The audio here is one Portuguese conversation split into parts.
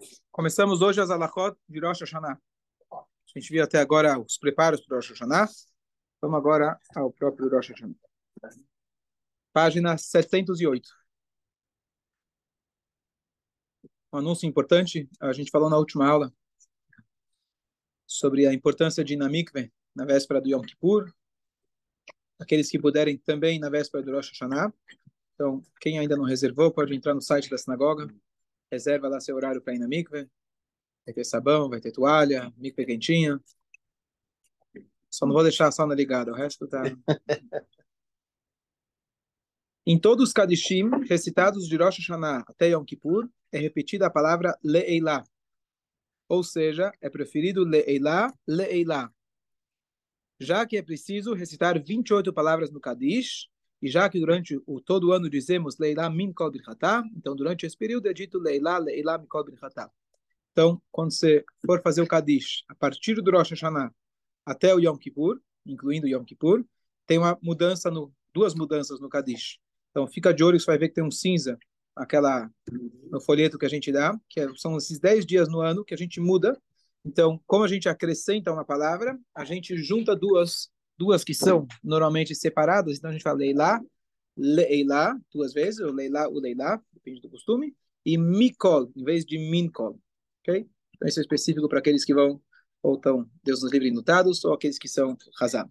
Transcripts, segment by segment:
Começamos hoje as alachot de Rosh Hashanah. A gente viu até agora os preparos para o Rosh Hashanah. Vamos agora ao próprio Rosh Hashanah. Página 708. Um anúncio importante. A gente falou na última aula sobre a importância de ir na mikveh na véspera do Yom Kippur. Aqueles que puderem também na véspera do Rosh Hashanah. Então, quem ainda não reservou, pode entrar no site da sinagoga. Reserva lá seu horário para ir na mikveh. Vai ter sabão, vai ter toalha, mikveh quentinha. Só não vou deixar a sauna ligada, o resto tá... Em todos os Kadishim recitados de Rosh Hashanah até Yom Kippur, é repetida a palavra Le'eilah. Ou seja, é preferido Le'eilah, Le'eilah. Já que é preciso recitar 28 palavras no Kadish, e já que durante todo o ano dizemos Le'eilah min kol birchatah, então durante esse período é dito Le'eilah, Le'eilah min kol birchatah. Então, quando você for fazer o Kadish, a partir do Rosh Hashanah até o Yom Kippur, incluindo o Yom Kippur, tem uma mudança, duas mudanças no Kadish. Então, fica de olho, você vai ver que tem um cinza no folheto que a gente dá, são esses 10 dias no ano que a gente muda. Então, como a gente acrescenta uma palavra, a gente junta duas que são normalmente separadas. Então, a gente fala Leilá, Leilá, duas vezes, ou Leilá, o Leilá, depende do costume, e Mikol, em vez de Minkol. Ok? Então, isso é específico para aqueles que vão, ou estão, Deus nos livre, enlutados, ou aqueles que são Hazam.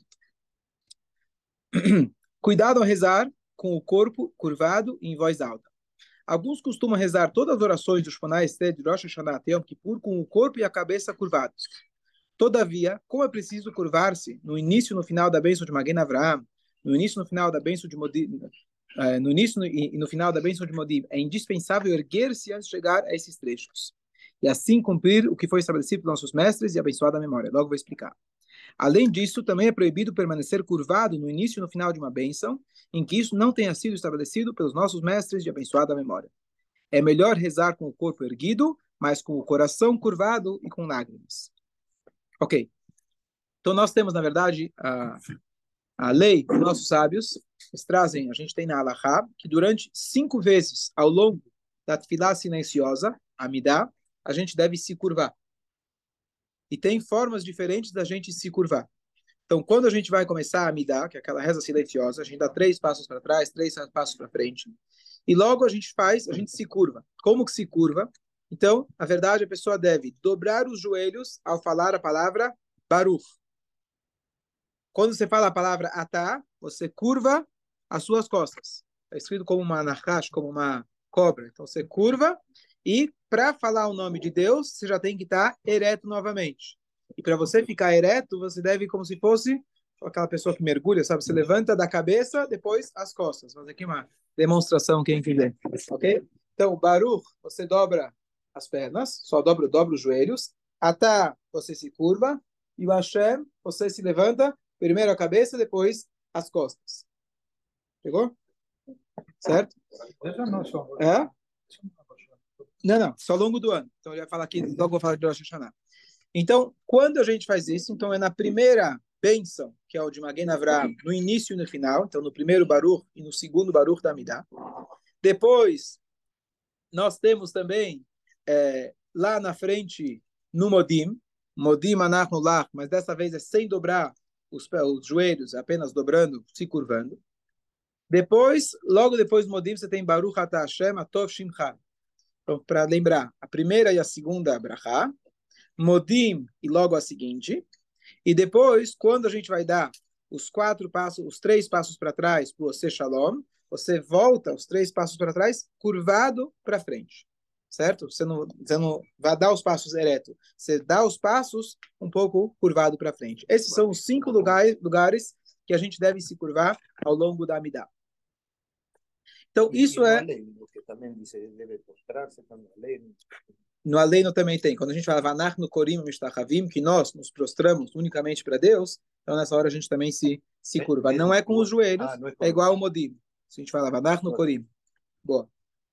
Cuidado ao rezar com o corpo curvado e em voz alta. Alguns costumam rezar todas as orações do Shemona Esrei de Rosh Hashanah até Yom Kippur com o corpo e a cabeça curvados. Todavia, como é preciso curvar-se no início e no final da bênção de Magen Avraham, no início e no final da bênção de Modim, no início e no final da bênção de Modim, é indispensável erguer-se antes de chegar a esses trechos. E assim cumprir o que foi estabelecido pelos nossos mestres e abençoar a memória. Logo vou explicar. Além disso, também é proibido permanecer curvado no início e no final de uma bênção, em que isso não tenha sido estabelecido pelos nossos mestres de abençoada memória. É melhor rezar com o corpo erguido, mas com o coração curvado e com lágrimas. Ok. Então, nós temos, na verdade, a lei dos nossos sábios. Eles trazem, a gente tem na Halachá, que durante 5 vezes ao longo da tefilá silenciosa, Amidá, a gente deve se curvar. E tem formas diferentes da gente se curvar. Então, quando a gente vai começar a Amidá, que é aquela reza silenciosa, a gente dá 3 passos para trás, 3 passos para frente. E logo a gente se curva. Como que se curva? Então, na verdade, a pessoa deve dobrar os joelhos ao falar a palavra Baruch. Quando você fala a palavra Atá, você curva as suas costas. Está escrito como uma narkash, como uma cobra. Então, você curva e, para falar o nome de Deus, você já tem que estar ereto novamente. E para você ficar ereto, você deve, como se fosse aquela pessoa que mergulha, sabe? Você levanta da cabeça, depois as costas. Vamos aqui uma demonstração, quem quiser. Ok? Então, Baruch, você dobra as pernas, só dobra os joelhos. Atá, você se curva. E o Hashem, você se levanta, primeiro a cabeça, depois as costas. Pegou? Certo? É? Não, só ao longo do ano. Então, ele vai falar aqui, logo vou falar de Rosh Hashanah. Então, quando a gente faz isso, então é na primeira bênção, que é o de Magen Avraham, no início e no final, então no primeiro Baruch e no segundo Baruch da Amidah. Depois, nós temos também, lá na frente, no Modim Anachnu Lach, mas dessa vez é sem dobrar os joelhos, apenas dobrando, se curvando. Depois, logo depois do Modim, você tem Baruch Atah Hashem Atov Shimcha. Então, para lembrar, a primeira e a segunda Brachá, Modim e logo a seguinte. E depois, quando a gente vai dar os 3 passos para trás para o Ose Shalom, você volta os 3 passos para trás, curvado para frente. Certo? Você não vai dar os passos ereto. Você dá os passos um pouco curvado para frente. Esses são os 5 lugares que a gente deve se curvar ao longo da Amidah. Então, isso é... Porque também diz que deve postrar-se também. No Aleino também tem. Quando a gente fala Vanach no Korim Mishtachavim, que nós nos prostramos unicamente para Deus, então nessa hora a gente também se curva. Não é com os joelhos, é igual ao Modim. Se a gente fala Vanach no Korim. Boa.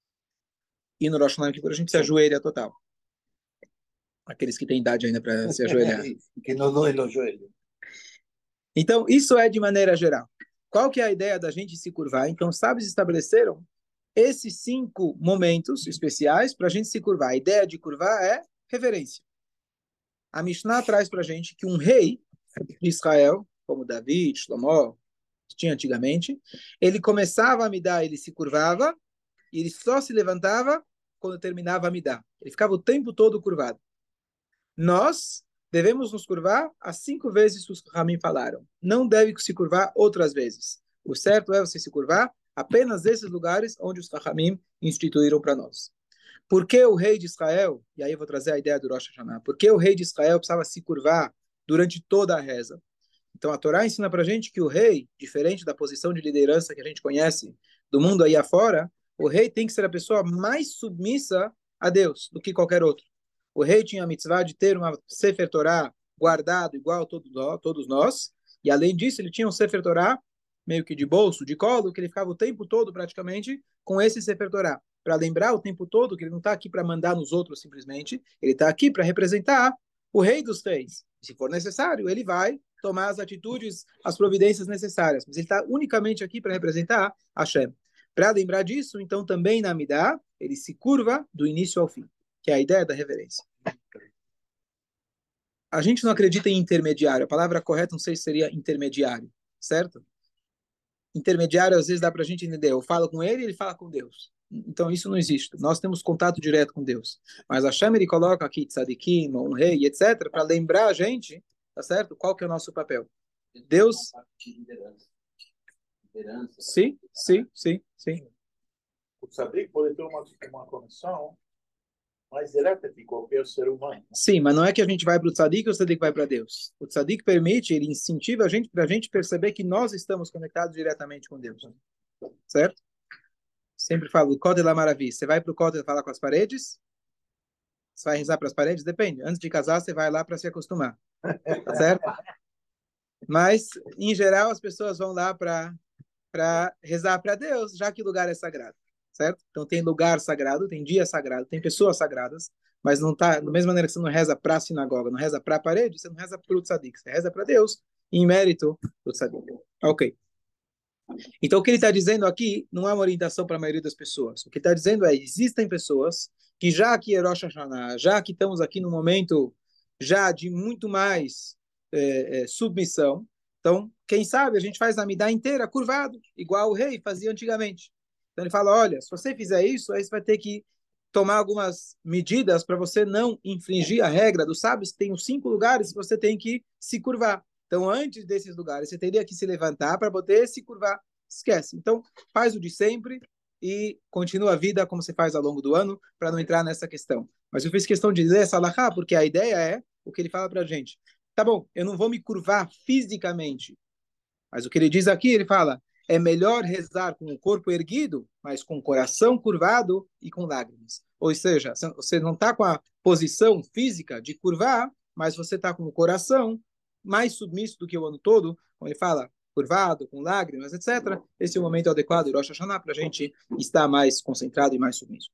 E no Rosh Hashanah a gente se ajoelha total. Aqueles que têm idade ainda para se ajoelhar. Que não doem os joelhos. Então, isso é de maneira geral. Qual que é a ideia da gente se curvar? Então, sábios estabeleceram esses 5 momentos especiais para a gente se curvar. A ideia de curvar é reverência. A Mishnah traz para a gente que um rei de Israel, como Davi, Shlomo, que tinha antigamente, ele começava a midá, ele se curvava, e ele só se levantava quando terminava a midá. Ele ficava o tempo todo curvado. Nós devemos nos curvar as 5 vezes que os Ramim falaram. Não deve se curvar outras vezes. O certo é você se curvar apenas nesses lugares onde os Ramim instituíram para nós. Por que o rei de Israel, e aí eu vou trazer a ideia do Rosh Hashanah, por que o rei de Israel precisava se curvar durante toda a reza? Então a Torá ensina para a gente que o rei, diferente da posição de liderança que a gente conhece do mundo aí afora, o rei tem que ser a pessoa mais submissa a Deus do que qualquer outro. O rei tinha a mitzvah de ter uma Sefer Torá guardado igual a todos nós, e além disso ele tinha um Sefer Torá meio que de bolso, de colo, que ele ficava o tempo todo praticamente com esse Sefer Torá, para lembrar o tempo todo que ele não está aqui para mandar nos outros simplesmente, ele está aqui para representar o rei dos reis. Se for necessário, ele vai tomar as atitudes, as providências necessárias, mas ele está unicamente aqui para representar Hashem. Para lembrar disso, então também na Midá, ele se curva do início ao fim, que é a ideia da reverência. A gente não acredita em intermediário, a palavra correta não sei se seria intermediário, certo? Intermediário, às vezes dá para a gente entender, eu falo com ele, ele fala com Deus. Então isso não existe. Nós temos contato direto com Deus. Mas a Hashem, ele coloca aqui tzadikim, um rei, etc., para lembrar a gente, tá certo? Qual que é o nosso papel? Deus... Sim, sim, sim, sim. O tzadik pode ter uma conexão mais direta de qualquer ser humano. Sim, mas não é que a gente vai para o tzadik ou o tzadik vai para Deus. O tzadik permite, ele incentiva a gente para a gente perceber que nós estamos conectados diretamente com Deus. Certo? Sempre falo, o Kotel Maravilha. Você vai para o Kotel falar com as paredes? Você vai rezar para as paredes? Depende. Antes de casar, você vai lá para se acostumar. Tá certo? Mas, em geral, as pessoas vão lá para rezar para Deus, já que o lugar é sagrado. Certo? Então, tem lugar sagrado, tem dia sagrado, tem pessoas sagradas, mas não tá, da mesma maneira que você não reza para a sinagoga, não reza para a parede, você não reza para o tzadik, você reza para Deus, em mérito do tzadik. Ok. Então, o que ele está dizendo aqui não é uma orientação para a maioria das pessoas. O que ele está dizendo é, existem pessoas que já que é Rosh Hashanah, já que estamos aqui no momento já de muito mais submissão, então, quem sabe a gente faz a Midá inteira curvado, igual o rei fazia antigamente. Então ele fala, olha, se você fizer isso, aí você vai ter que tomar algumas medidas para você não infringir a regra dos sábios, tem os 5 lugares que você tem que se curvar. Então, antes desses lugares, você teria que se levantar para poder se curvar. Esquece. Então, faz o de sempre e continua a vida como você faz ao longo do ano, para não entrar nessa questão. Mas eu fiz questão de dizer essa alahá, porque a ideia é o que ele fala para a gente. Tá bom, eu não vou me curvar fisicamente, mas o que ele diz aqui, ele fala, é melhor rezar com o corpo erguido, mas com o coração curvado e com lágrimas. Ou seja, você não está com a posição física de curvar, mas você está com o coração mais submisso do que o ano todo, como ele fala, curvado, com lágrimas, etc. Esse é o momento adequado de Rosh Hashanah para a gente estar mais concentrado e mais submisso.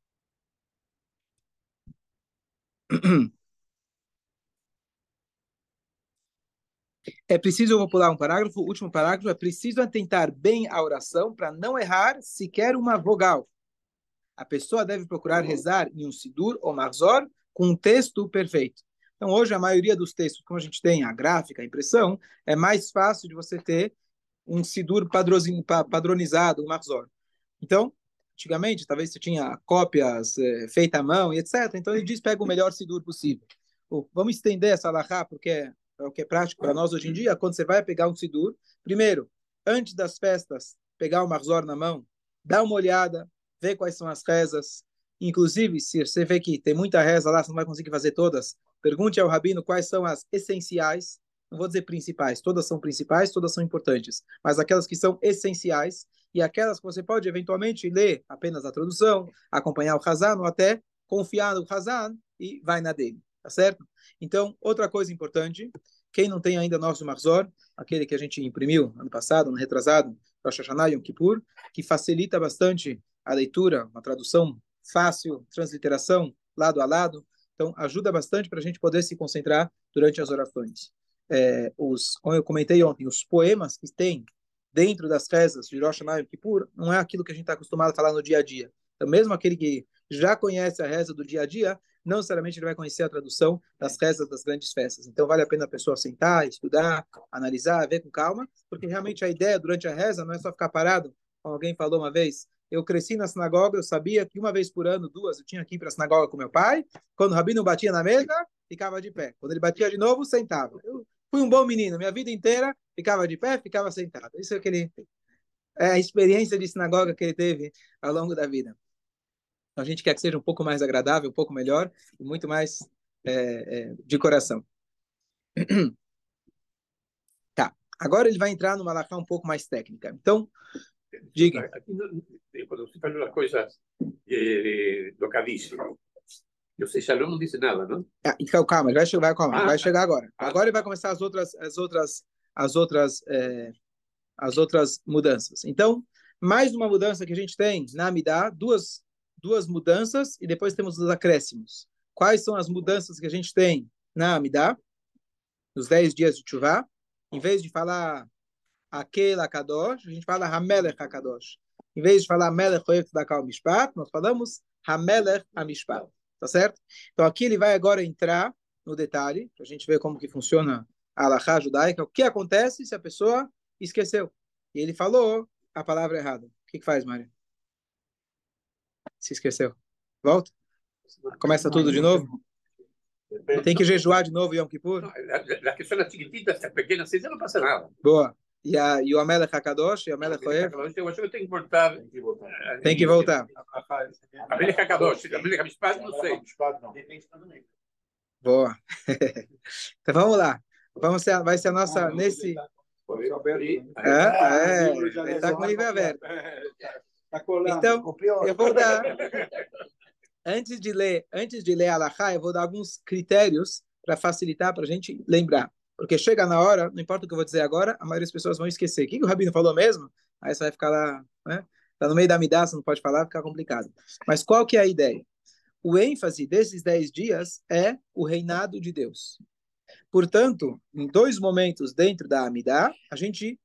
É preciso, eu vou pular um parágrafo, o último parágrafo, é preciso atentar bem à oração para não errar sequer uma vogal. A pessoa deve procurar rezar em um sidur ou marzor com um texto perfeito. Então, hoje, a maioria dos textos, como a gente tem a gráfica, a impressão, é mais fácil de você ter um sidur padronizado, um marzor. Então, antigamente, talvez você tinha cópias feitas à mão e etc. Então, ele diz, pega o melhor sidur possível. Vamos estender essa alahá, porque é o que é prático para nós hoje em dia. Quando você vai pegar um sidur, primeiro, antes das festas, pegar o marzor na mão, dá uma olhada, vê quais são as rezas. Inclusive, se você vê que tem muita reza lá, você não vai conseguir fazer todas, pergunte ao rabino quais são as essenciais. Não vou dizer principais, todas são principais, todas são importantes, mas aquelas que são essenciais e aquelas que você pode eventualmente ler apenas a tradução, acompanhar o Hazan ou até confiar no Hazan e vai na dele, tá certo? Então, outra coisa importante, quem não tem ainda nosso Marzor, aquele que a gente imprimiu ano passado, no retrasado, Rosh Hashanah Yom Kippur, que facilita bastante a leitura, uma tradução fácil, transliteração, lado a lado, então ajuda bastante para a gente poder se concentrar durante as orações. Como eu comentei ontem, os poemas que tem dentro das rezas de Rosh Hashanah e Yom Kippur não é aquilo que a gente está acostumado a falar no dia a dia. Então, mesmo aquele que já conhece a reza do dia a dia, não necessariamente ele vai conhecer a tradução das rezas das grandes festas. Então, vale a pena a pessoa sentar, estudar, analisar, ver com calma, porque realmente a ideia durante a reza não é só ficar parado, como alguém falou uma vez. Eu cresci na sinagoga, eu sabia que uma vez por ano, duas, eu tinha que ir para a sinagoga com meu pai. Quando o rabino batia na mesa, ficava de pé. Quando ele batia de novo, sentava. Eu fui um bom menino, minha vida inteira ficava de pé, ficava sentado. Isso é, é a experiência de sinagoga que ele teve ao longo da vida. Então, a gente quer que seja um pouco mais agradável, um pouco melhor e muito mais de coração. Tá. Agora ele vai entrar numa halakha um pouco mais técnica. Então, diga. Quando você falou as coisas tocadíssimas, o Shalom não disse nada, não? Então, calma, ele vai chegar agora. Agora ele vai começar as outras mudanças. Então, mais uma mudança que a gente tem na Amidah, duas mudanças e depois temos os acréscimos. Quais são as mudanças que a gente tem na Amidah, nos 10 dias de Tchuvah? Em vez de falar Akel HaKadosh, a gente fala Hamelech HaKadosh. Em vez de falar Melech Oev Tzedakah Mishpat, nós falamos Hamelech HaMishpat. Tá certo? Então aqui ele vai agora entrar no detalhe, para a gente ver como que funciona a halakha judaica. O que acontece se a pessoa esqueceu? E ele falou a palavra errada. O que faz, Mário? Se esqueceu. Volta? Começa tudo de novo? Tem que jejuar de novo Yom Kippur? Las que son las chiquititas, las pequeñas, eso no pasa nada. Boa. E o Amelech HaKadosh e o Amelech Oev? Eu acho que tem que voltar. Tem que voltar. Amelech HaKadosh, Amelech HaMishpat, não sei. Boa. Então vamos lá. Vai ser a nossa nesse. Ele está com o livro aberto. Então, eu vou dar. Antes de ler a halakha, eu vou dar alguns critérios para facilitar para a gente lembrar. Porque chega na hora, não importa o que eu vou dizer agora, a maioria das pessoas vão esquecer. O que o Rabino falou mesmo? Aí você vai ficar lá, né? Tá no meio da Amidah, você não pode falar, fica complicado. Mas qual que é a ideia? O ênfase desses 10 dias é o reinado de Deus. Portanto, em 2 momentos dentro da Amidah, a gente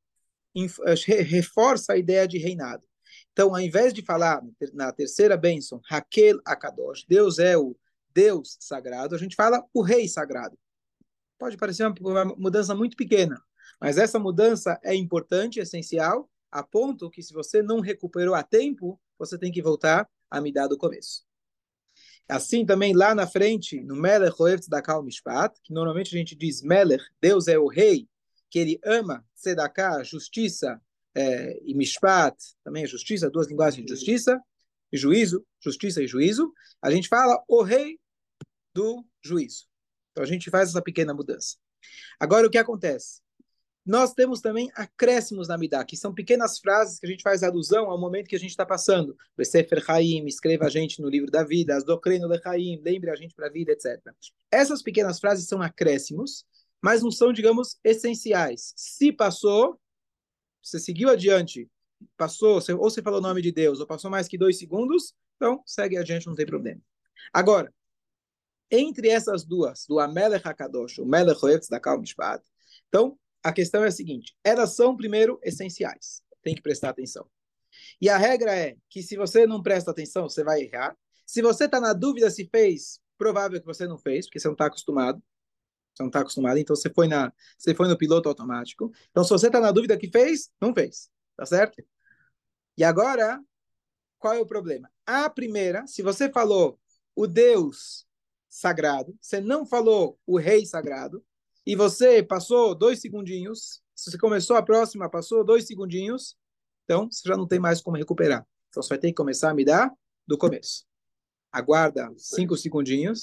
reforça a ideia de reinado. Então, ao invés de falar na terceira bênção, Hakel Akadosh, Deus é o Deus sagrado, a gente fala o Rei sagrado. Pode parecer uma mudança muito pequena, mas essa mudança é importante, essencial, a ponto que se você não recuperou a tempo, você tem que voltar a me dar do começo. Assim também lá na frente, no Melech Oev Tzedakah Mishpat, que normalmente a gente diz Melech, Deus é o Rei, que ele ama Tzedakah, justiça, e Mishpat, também é justiça, 2 linguagens de justiça e juízo, justiça e juízo, a gente fala o Rei do juízo. Então a gente faz essa pequena mudança. Agora o que acontece? Nós temos também acréscimos na Amidah, que são pequenas frases que a gente faz alusão ao momento que a gente está passando. O Sefer Chaim, escreva a gente no livro da vida, as Dokreno Lechaim, lembre a gente para a vida, etc. Essas pequenas frases são acréscimos, mas não são, digamos, essenciais. Se passou, você seguiu adiante, passou, ou você falou o nome de Deus, ou passou mais que 2 segundos, então segue adiante, não tem problema. Agora, entre essas duas, do Amelech HaKadosh, o Melech Oev Tzedakah Mishpat, então, a questão é a seguinte, elas são, primeiro, essenciais. Tem que prestar atenção. E a regra é que se você não presta atenção, você vai errar. Se você está na dúvida se fez, provável que você não fez, porque você não está acostumado. Você não está acostumado, então você foi no piloto automático. Então, se você está na dúvida que fez, não fez. Tá certo? E agora, qual é o problema? A primeira, se você falou o Deus sagrado, você não falou o rei sagrado, e você passou 2 segundinhos, se você começou a próxima, passou 2 segundinhos, então você já não tem mais como recuperar. Então você vai ter que começar a me dar do começo. Aguarda 5 segundinhos.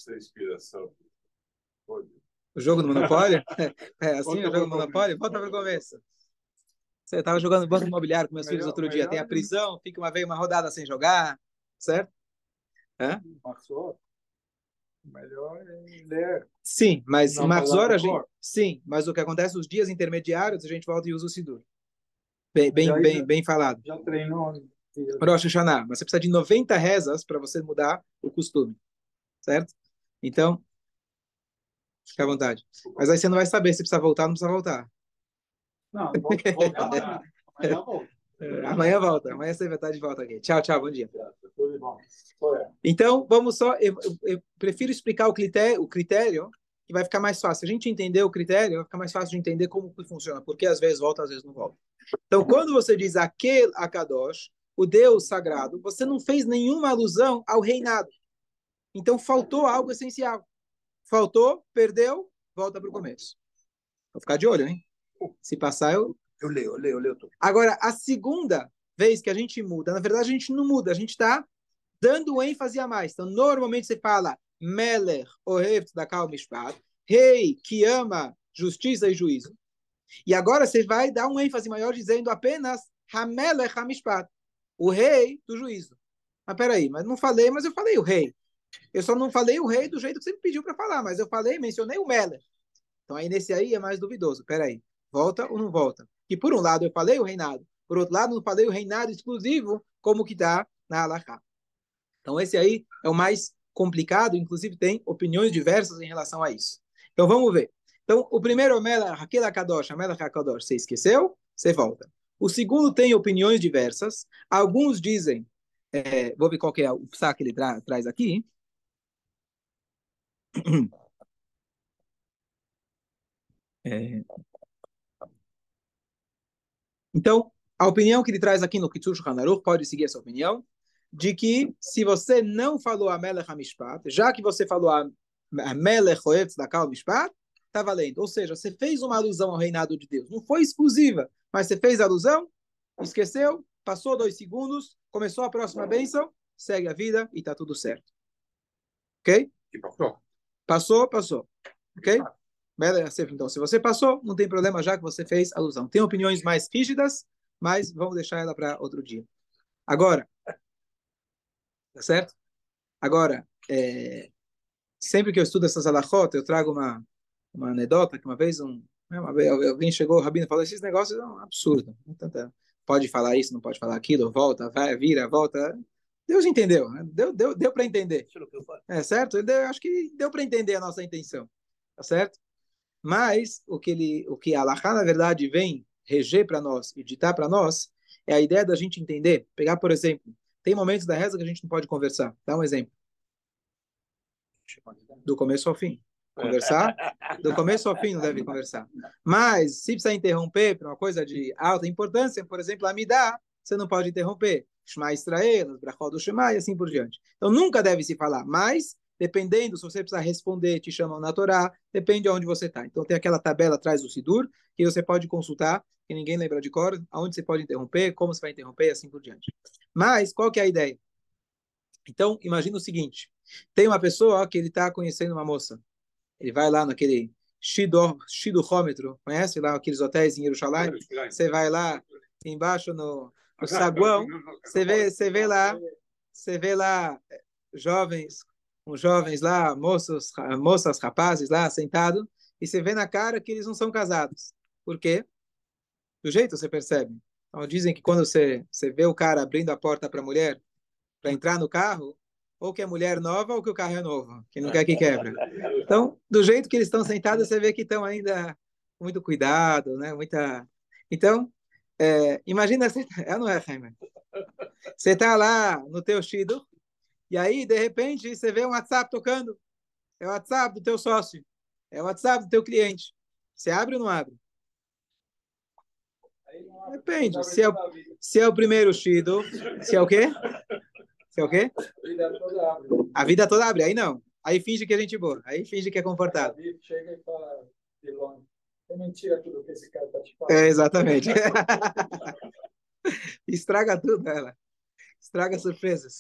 O jogo do Monopólio? É assim o jogo do Monopólio? Volta para o começo. Você estava jogando banco imobiliário com meus filhos outro dia. Tem a prisão, fica uma rodada sem jogar, certo? Hã? Melhor é ler. Sim, mas Maxor, sim, mas o que acontece, os dias intermediários, a gente volta e usa o Sidur. Bem falado. Já treinou. Rosh Hashanah, mas você precisa de 90 rezas para você mudar o costume, certo? Então, fica à vontade. Mas aí você não vai saber se precisa voltar ou não precisa voltar. Não, voltar amanhã. Amanhã volta. Amanhã volta. Amanhã você vai estar de volta aqui. Tchau, tchau. Bom dia. Tudo de bom. Então, vamos só. Eu prefiro explicar o critério, que vai ficar mais fácil. Se a gente entender o critério, vai ficar mais fácil de entender como que funciona. Porque às vezes volta, às vezes não volta. Então, quando você diz aquele Akadosh, o Deus sagrado, você não fez nenhuma alusão ao reinado. Então, faltou algo essencial. Faltou, perdeu, volta para o começo. Vou ficar de olho, hein? Se passar, eu leio tudo. Agora, a segunda vez que a gente muda, na verdade, a gente não muda, a gente está dando ênfase a mais. Então, normalmente você fala Meler, Ohev Tzedakah Mishpat, rei que ama justiça e juízo. E agora você vai dar um ênfase maior dizendo apenas Hamelech HaMishpat, o rei do juízo. Mas peraí, mas não falei, mas eu falei o rei. Eu só não falei o rei do jeito que você me pediu para falar, mas eu falei, mencionei o Melech. Então aí nesse aí é mais duvidoso. Peraí, volta ou não volta? Que por um lado eu falei o reinado, por outro lado não falei o reinado exclusivo, como que está na Halakha. Então esse aí é o mais complicado, inclusive tem opiniões diversas em relação a isso. Então vamos ver. Então o primeiro, aquele Akadosh, Melech HaKadosh, você esqueceu, você volta. O segundo tem opiniões diversas. Alguns dizem, vou ver qual que é o psá que ele traz aqui. Então, a opinião que ele traz aqui no Kitzur Shulchan Aruch, pode seguir essa opinião, de que se você não falou a Melech HaMishpat, já que você falou a Melech Oetz da Kal Mishpat, está valendo. Ou seja, você fez uma alusão ao reinado de Deus. Não foi exclusiva, mas você fez a alusão, esqueceu, passou 2 segundos, começou a próxima bênção, segue a vida e está tudo certo. Ok? E passou. Passou. Ok? Então, se você passou, não tem problema já que você fez alusão. Tem opiniões mais rígidas, mas vamos deixar ela para outro dia. Agora, tá certo? Agora, sempre que eu estudo essas alachot, eu trago uma anedota que uma vez alguém chegou, o rabino falou, esses negócios são absurdos. Pode falar isso, não pode falar aquilo, volta, vai, vira, volta. Deus entendeu, né? Deu para entender. Certo? Acho que deu para entender a nossa intenção. Tá certo? Mas o que a Halakha, na verdade, vem reger para nós e ditar para nós é a ideia da gente entender. Pegar, por exemplo, tem momentos da reza que a gente não pode conversar. Dá um exemplo. Do começo ao fim. Conversar, do começo ao fim não deve conversar. Mas, se precisa interromper para uma coisa de alta importância, por exemplo, a Amidá, você não pode interromper. Shema Israel, Brachot do Shema e assim por diante. Então, nunca deve se falar, mas, dependendo, se você precisar responder, te chamam na Torá, depende de onde você está. Então, tem aquela tabela atrás do Sidur, que você pode consultar, que ninguém lembra de cor, aonde você pode interromper, como você vai interromper e assim por diante. Mas, qual que é a ideia? Então, imagina o seguinte, tem uma pessoa que ele está conhecendo uma moça. Ele vai lá naquele shidduchômetro, conhece lá aqueles hotéis em Jerusalém? Você vai lá embaixo no saguão, você vê lá os jovens lá, moças, rapazes lá sentados, e você vê na cara que eles não são casados. Por quê? Do jeito você percebe. Então, dizem que quando você vê o cara abrindo a porta para a mulher, para entrar no carro, ou que é mulher nova ou que o carro é novo, que não quer que quebra. Então, do jeito que eles estão sentados, você vê que estão ainda com muito cuidado, né? Então, imagina, não é, Jaime? Você está lá no teu shido, e aí, de repente, você vê um WhatsApp tocando. É o WhatsApp do teu sócio. É o WhatsApp do teu cliente. Você abre ou não abre? Depende. Se é o primeiro shido, se é o quê? Se é o quê? A vida toda abre. Aí não. Aí finge que é gente boa. Aí finge que é confortável. Chega e fala de longe. É mentira tudo que esse cara está te falando. Exatamente. Estraga tudo, ela. Estraga surpresas.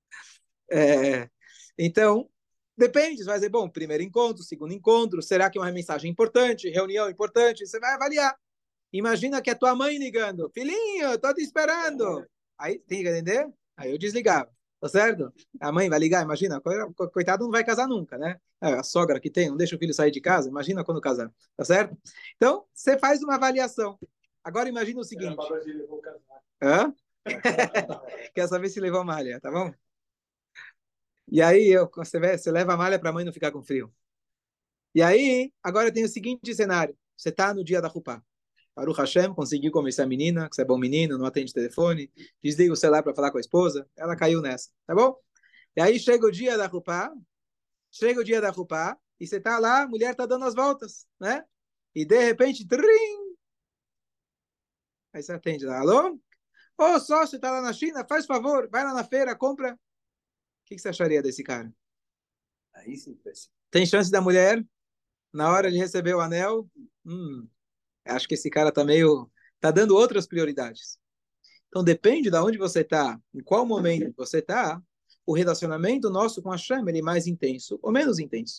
Então, depende. Você vai dizer, bom, primeiro encontro, segundo encontro. Será que é uma mensagem importante? Reunião importante? Você vai avaliar. Imagina que é tua mãe ligando. Filhinho, tô te esperando. Aí, tem que entender? Aí eu desligava. Tá certo? A mãe vai ligar, imagina, coitado não vai casar nunca, né? A sogra que tem, não deixa o filho sair de casa, imagina quando casar, tá certo? Então, você faz uma avaliação. Agora imagina o seguinte. Hã? Quer saber se levou malha, tá bom? E aí, você leva a malha para a mãe não ficar com frio. E aí, agora tem o seguinte cenário. Você tá no dia da Rupá. Baruch Hashem, consegui convencer a menina, que você é bom menino, não atende telefone, desliga o celular para falar com a esposa, ela caiu nessa, tá bom? E aí chega o dia da Rupá, e você tá lá, a mulher tá dando as voltas, né? E de repente, trim! Aí você atende lá, alô? Ô, sócio, tá lá na China, faz favor, vai lá na feira, compra. O que você acharia desse cara? Aí sim, péssimo. Tem chance da mulher, na hora de receber o anel? Acho que esse cara tá dando outras prioridades. Então depende de onde você está, em qual momento você está, o relacionamento nosso com a Hashem, ele é mais intenso ou menos intenso.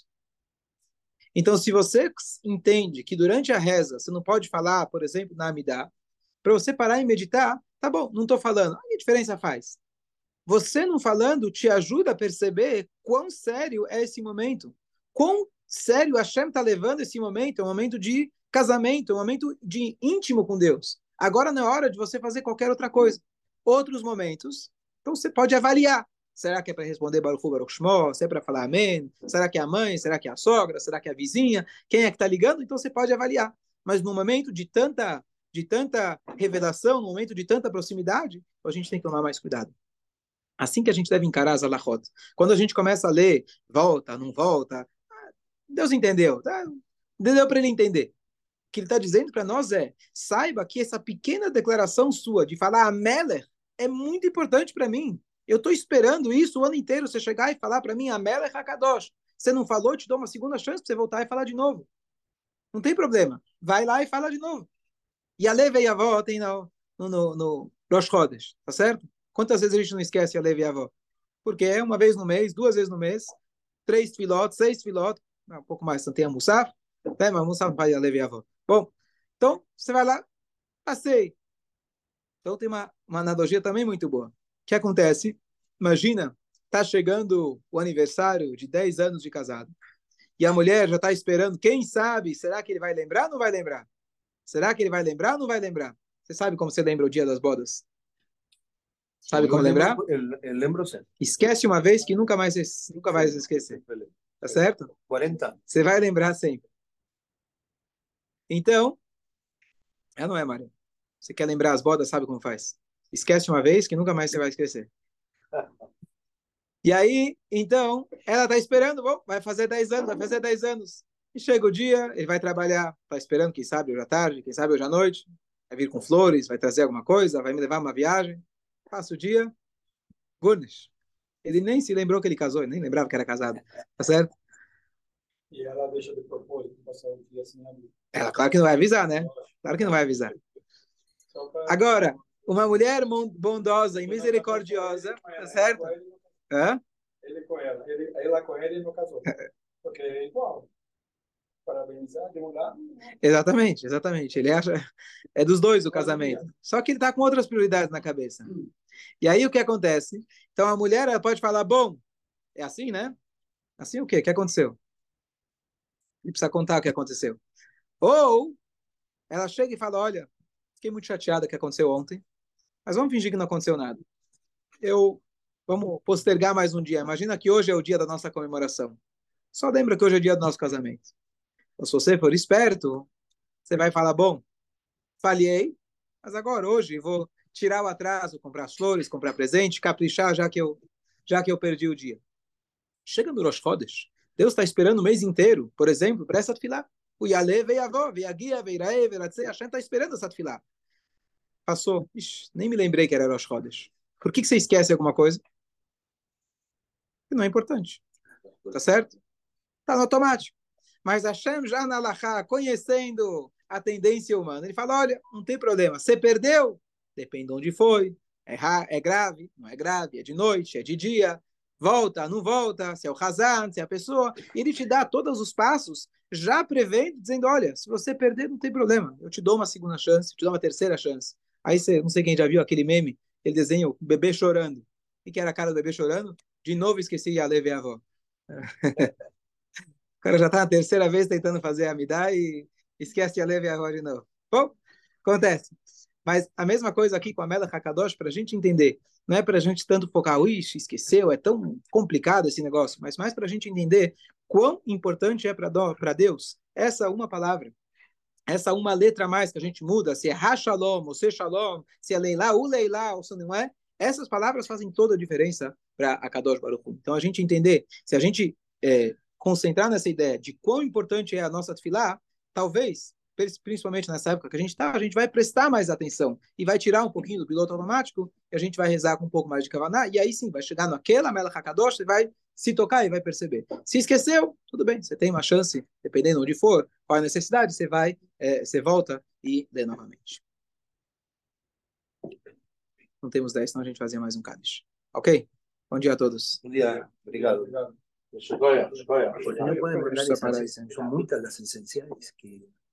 Então, se você entende que durante a reza você não pode falar, por exemplo, na Amidah, para você parar e meditar, tá bom, não estou falando. Que diferença faz? Você não falando te ajuda a perceber quão sério é esse momento. Quão sério Hashem está levando esse momento. É um momento de casamento, é um momento de íntimo com Deus. Agora não é hora de você fazer qualquer outra coisa. Outros momentos, então você pode avaliar. Será que é para responder Baruch Hu, Baruch Shmo? Se é para falar Amém? Será que é a mãe? Será que é a sogra? Será que é a vizinha? Quem é que está ligando? Então você pode avaliar. Mas no momento de tanta revelação, no momento de tanta proximidade, a gente tem que tomar mais cuidado. Assim que a gente deve encarar as alahot. Quando a gente começa a ler, volta, não volta, Deus entendeu, tá? Deu para ele entender. O que ele está dizendo para nós saiba que essa pequena declaração sua de falar Amelech é muito importante para mim. Eu estou esperando isso o ano inteiro, você chegar e falar para mim Amelech HaKadosh. Você não falou, eu te dou uma segunda chance para você voltar e falar de novo. Não tem problema. Vai lá e fala de novo. E a Leve e a avó tem no Rosh Chodesh, tá certo? Quantas vezes a gente não esquece a Leve e a avó? Porque é uma vez no mês, 2 vezes no mês, 3 filotes, 6 filotes, um pouco mais, não tem a Musaf, né? Mas a Musaf vai a Leve e a avó. Bom, então você vai lá, passei. Então tem uma analogia também muito boa. O que acontece? Imagina, tá chegando o aniversário de 10 anos de casado. E a mulher já está esperando, quem sabe, será que ele vai lembrar ou não vai lembrar? Será que ele vai lembrar ou não vai lembrar? Você sabe como você lembra o dia das bodas? Sabe como lembrar? Eu lembro sempre. Esquece uma vez que nunca mais vai esquecer. Tá certo? 40. Você vai lembrar sempre. Então, não é, Mário. Você quer lembrar as bodas, sabe como faz? Esquece uma vez que nunca mais você vai esquecer. E aí, então, ela tá esperando, bom, vai fazer 10 anos, vai fazer 10 anos. E chega o dia, ele vai trabalhar, tá esperando, quem sabe hoje à tarde, quem sabe hoje à noite, vai vir com flores, vai trazer alguma coisa, vai me levar uma viagem. Passa o dia, Gurnish. Ele nem se lembrou que ele casou, ele nem lembrava que era casado, tá certo? E ela deixa de propósito, passar o dia assim, ali. Ela, claro que não vai avisar, né? Claro que não vai avisar. Agora, uma mulher bondosa e misericordiosa, tá certo? Hã? Ele com ela, ela com ele não casou. Porque é igual. Parabenizar, de um lado. Exatamente. Ele acha. É dos dois o casamento. Só que ele está com outras prioridades na cabeça. E aí o que acontece? Então a mulher ela pode falar: bom, é assim, né? Assim o quê? O que aconteceu? Ele precisa contar o que aconteceu. Ou ela chega e fala: olha, fiquei muito chateada que aconteceu ontem, mas vamos fingir que não aconteceu nada. Vamos postergar mais um dia. Imagina que hoje é o dia da nossa comemoração. Só lembra que hoje é o dia do nosso casamento. Então, se você for esperto, você vai falar: bom, falhei, mas agora, hoje, vou tirar o atraso, comprar as flores, comprar presente, caprichar, já que eu perdi o dia. Chega no Rosh Chodesh, Deus está esperando o mês inteiro, por exemplo, para essa tefilá. O Yale veio avó, veio a guia, veio a Eve, a Hashem está esperando essa tefilá. Passou. Ixi, nem me lembrei que era Rosh Chodesh. Por que você esquece alguma coisa? Que não é importante. Tá certo? Tá no automático. Mas Hashem já na Alahá, conhecendo a tendência humana, ele fala: olha, não tem problema, você perdeu, depende de onde foi, é grave, não é grave, é de noite, é de dia, volta, não volta, se é o Hazan, se é a pessoa, e ele te dá todos os passos, já prevendo, dizendo: olha, se você perder, não tem problema, eu te dou uma segunda chance, eu te dou uma terceira chance. Aí você, não sei quem já viu aquele meme, ele desenha o bebê chorando. O que era a cara do bebê chorando? De novo esqueci a leve a avó. O cara já está na terceira vez tentando fazer a Amidá e esquece a leve a avó de novo. Bom, acontece. Mas a mesma coisa aqui com a Melech HaKadosh, para a gente entender. Não é para a gente tanto focar, ixi, esqueceu, é tão complicado esse negócio, mas mais para a gente entender quão importante é para Deus essa uma palavra. essa uma letra a mais que a gente muda, se é Ha-Shalom, ou Se-Shalom, se é Leilá, o Leilá, ou se não é, essas palavras fazem toda a diferença para a Kadosh Baruch Hu. Então, a gente entender, se a gente concentrar nessa ideia de quão importante é a nossa tefilá, talvez, principalmente nessa época que a gente está, a gente vai prestar mais atenção e vai tirar um pouquinho do piloto automático e a gente vai rezar com um pouco mais de kavaná, e aí sim, vai chegar naquela Melech HaKadosh, você vai se tocar e vai perceber. Se esqueceu, tudo bem, você tem uma chance, dependendo onde for, qual é a necessidade, você volta e lê novamente. Não temos 10, senão a gente fazia mais um Kaddish. Ok? Bom dia a todos. Bom dia. Obrigado. Obrigado. Escolha. Porque no podemos dar esas, son muchas las esenciales que